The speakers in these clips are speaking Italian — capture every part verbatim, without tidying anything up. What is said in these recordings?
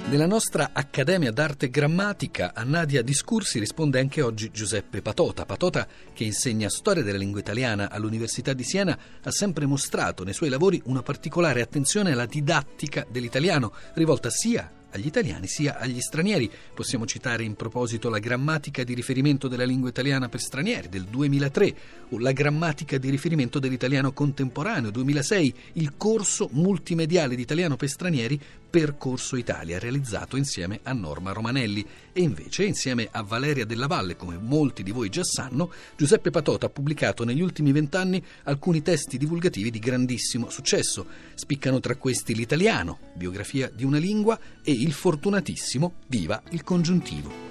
Nella nostra Accademia d'Arte e Grammatica a Nadia Discursi risponde anche oggi Giuseppe Patota. Patota, che insegna storia della lingua italiana all'Università di Siena, ha sempre mostrato nei suoi lavori una particolare attenzione alla didattica dell'italiano, rivolta sia agli italiani sia agli stranieri. Possiamo citare in proposito la grammatica di riferimento della lingua italiana per stranieri del duemilatré o la grammatica di riferimento dell'italiano contemporaneo duemilasei, il corso multimediale di italiano per stranieri Percorso Italia, realizzato insieme a Norma Romanelli. E invece, insieme a Valeria Della Valle, come molti di voi già sanno, Giuseppe Patota ha pubblicato negli ultimi vent'anni alcuni testi divulgativi di grandissimo successo. Spiccano tra questi l'italiano, biografia di una lingua, e il fortunatissimo Viva il congiuntivo.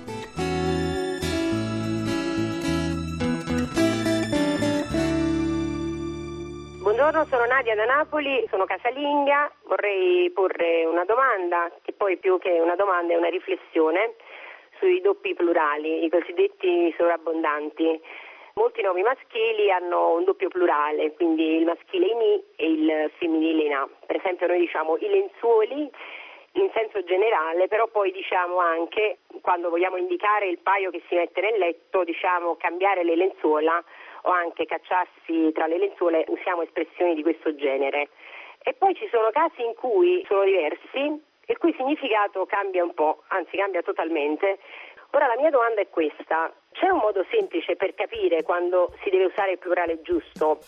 Buongiorno, sono Nadia da Napoli, sono casalinga, vorrei porre una domanda, che poi più che una domanda è una riflessione sui doppi plurali, i cosiddetti sovrabbondanti. Molti nomi maschili hanno un doppio plurale, quindi il maschile in i e il femminile in a. Per esempio noi diciamo i lenzuoli in senso generale, però poi diciamo anche, quando vogliamo indicare il paio che si mette nel letto, diciamo cambiare le lenzuola o anche cacciarsi tra le lenzuole, usiamo espressioni di questo genere. E poi ci sono casi in cui sono diversi e il cui significato cambia un po', anzi cambia totalmente. Ora la mia domanda è questa: c'è un modo semplice per capire quando si deve usare il plurale giusto?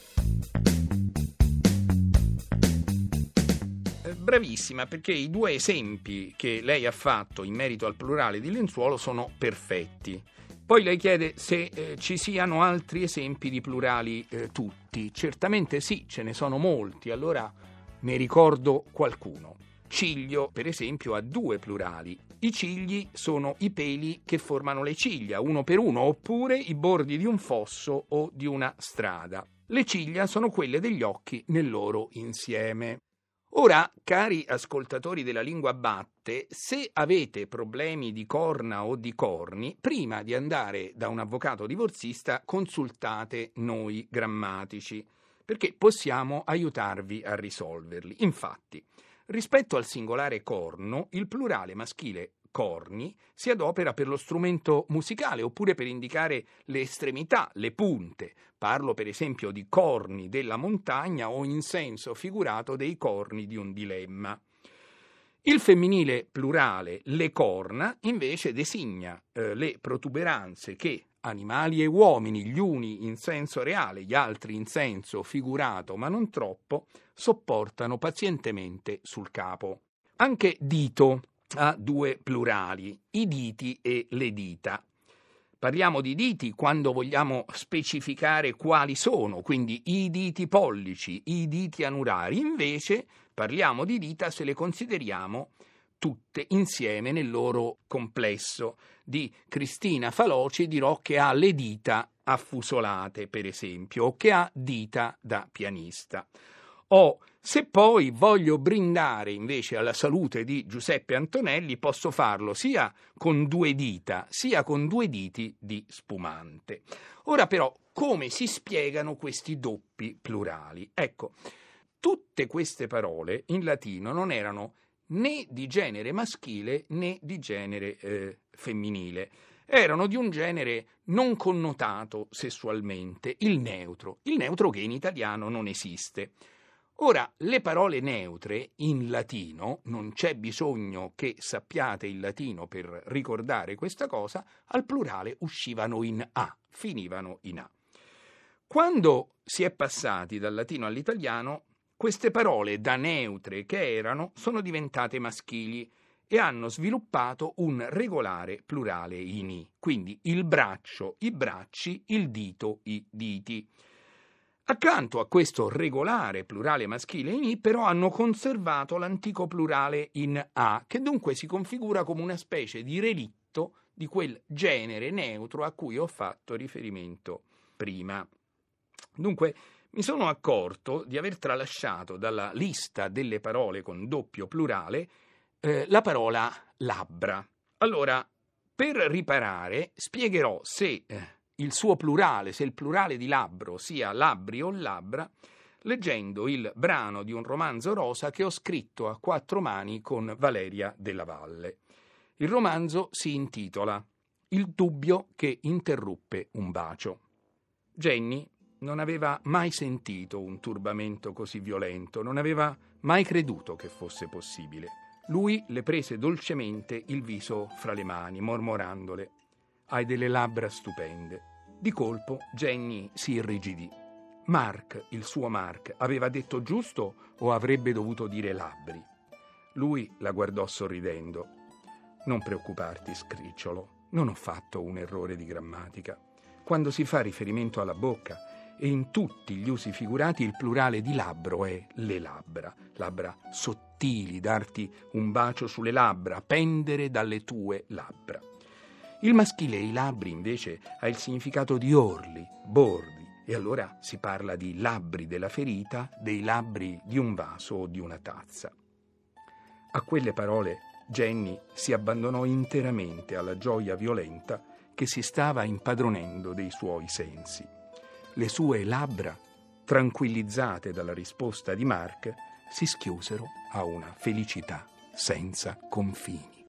Bravissima, perché i due esempi che lei ha fatto in merito al plurale di lenzuolo sono perfetti. Poi lei chiede se eh, ci siano altri esempi di plurali eh, tutti. Certamente sì, ce ne sono molti, allora ne ricordo qualcuno. Ciglio, per esempio, ha due plurali. I cigli sono i peli che formano le ciglia, uno per uno, oppure i bordi di un fosso o di una strada. Le ciglia sono quelle degli occhi nel loro insieme. Ora, cari ascoltatori della Lingua Batte, se avete problemi di corna o di corni, prima di andare da un avvocato divorzista consultate noi grammatici, perché possiamo aiutarvi a risolverli. Infatti, rispetto al singolare corno, il plurale maschile corni si adopera per lo strumento musicale oppure per indicare le estremità, le punte. Parlo per esempio di corni della montagna o in senso figurato dei corni di un dilemma. Il femminile plurale le corna invece designa eh, le protuberanze che animali e uomini, gli uni in senso reale, gli altri in senso figurato ma non troppo, sopportano pazientemente sul capo. Anche dito ha due plurali, i diti e le dita. Parliamo di diti quando vogliamo specificare quali sono, quindi i diti pollici, i diti anulari. Invece parliamo di dita se le consideriamo tutte insieme nel loro complesso. Di Cristina Faloci dirò che ha le dita affusolate, per esempio, o che ha dita da pianista. O se poi voglio brindare invece alla salute di Giuseppe Antonelli, posso farlo sia con due dita, sia con due diti di spumante. Ora però, come si spiegano questi doppi plurali? Ecco, tutte queste parole in latino non erano né di genere maschile né di genere eh, femminile. Erano di un genere non connotato sessualmente, il neutro, il neutro che in italiano non esiste. Ora, le parole neutre in latino, non c'è bisogno che sappiate il latino per ricordare questa cosa, al plurale uscivano in a, finivano in a. Quando si è passati dal latino all'italiano, queste parole da neutre che erano sono diventate maschili e hanno sviluppato un regolare plurale in i, quindi il braccio, i bracci, il dito, i diti. Accanto a questo regolare plurale maschile in i, però, hanno conservato l'antico plurale in a, che dunque si configura come una specie di relitto di quel genere neutro a cui ho fatto riferimento prima. Dunque, mi sono accorto di aver tralasciato dalla lista delle parole con doppio plurale eh, la parola labbra. Allora, per riparare, spiegherò se... Eh, il suo plurale, se il plurale di labbro sia labbri o labbra, leggendo il brano di un romanzo rosa che ho scritto a quattro mani con Valeria Della Valle. Il romanzo si intitola Il dubbio che interruppe un bacio. Jenny non aveva mai sentito un turbamento così violento, non aveva mai creduto che fosse possibile. Lui le prese dolcemente il viso fra le mani, mormorandole: «Hai delle labbra stupende». Di colpo Jenny si irrigidì. Mark, il suo Mark, aveva detto giusto o avrebbe dovuto dire labbri? Lui la guardò sorridendo. «Non preoccuparti, scricciolo, non ho fatto un errore di grammatica. Quando si fa riferimento alla bocca e in tutti gli usi figurati il plurale di labbro è le labbra, labbra sottili, darti un bacio sulle labbra, pendere dalle tue labbra. Il maschile i labbri invece ha il significato di orli, bordi, e allora si parla di labbri della ferita, dei labbri di un vaso o di una tazza». A quelle parole Jenny si abbandonò interamente alla gioia violenta che si stava impadronendo dei suoi sensi. Le sue labbra, tranquillizzate dalla risposta di Mark, si schiusero a una felicità senza confini.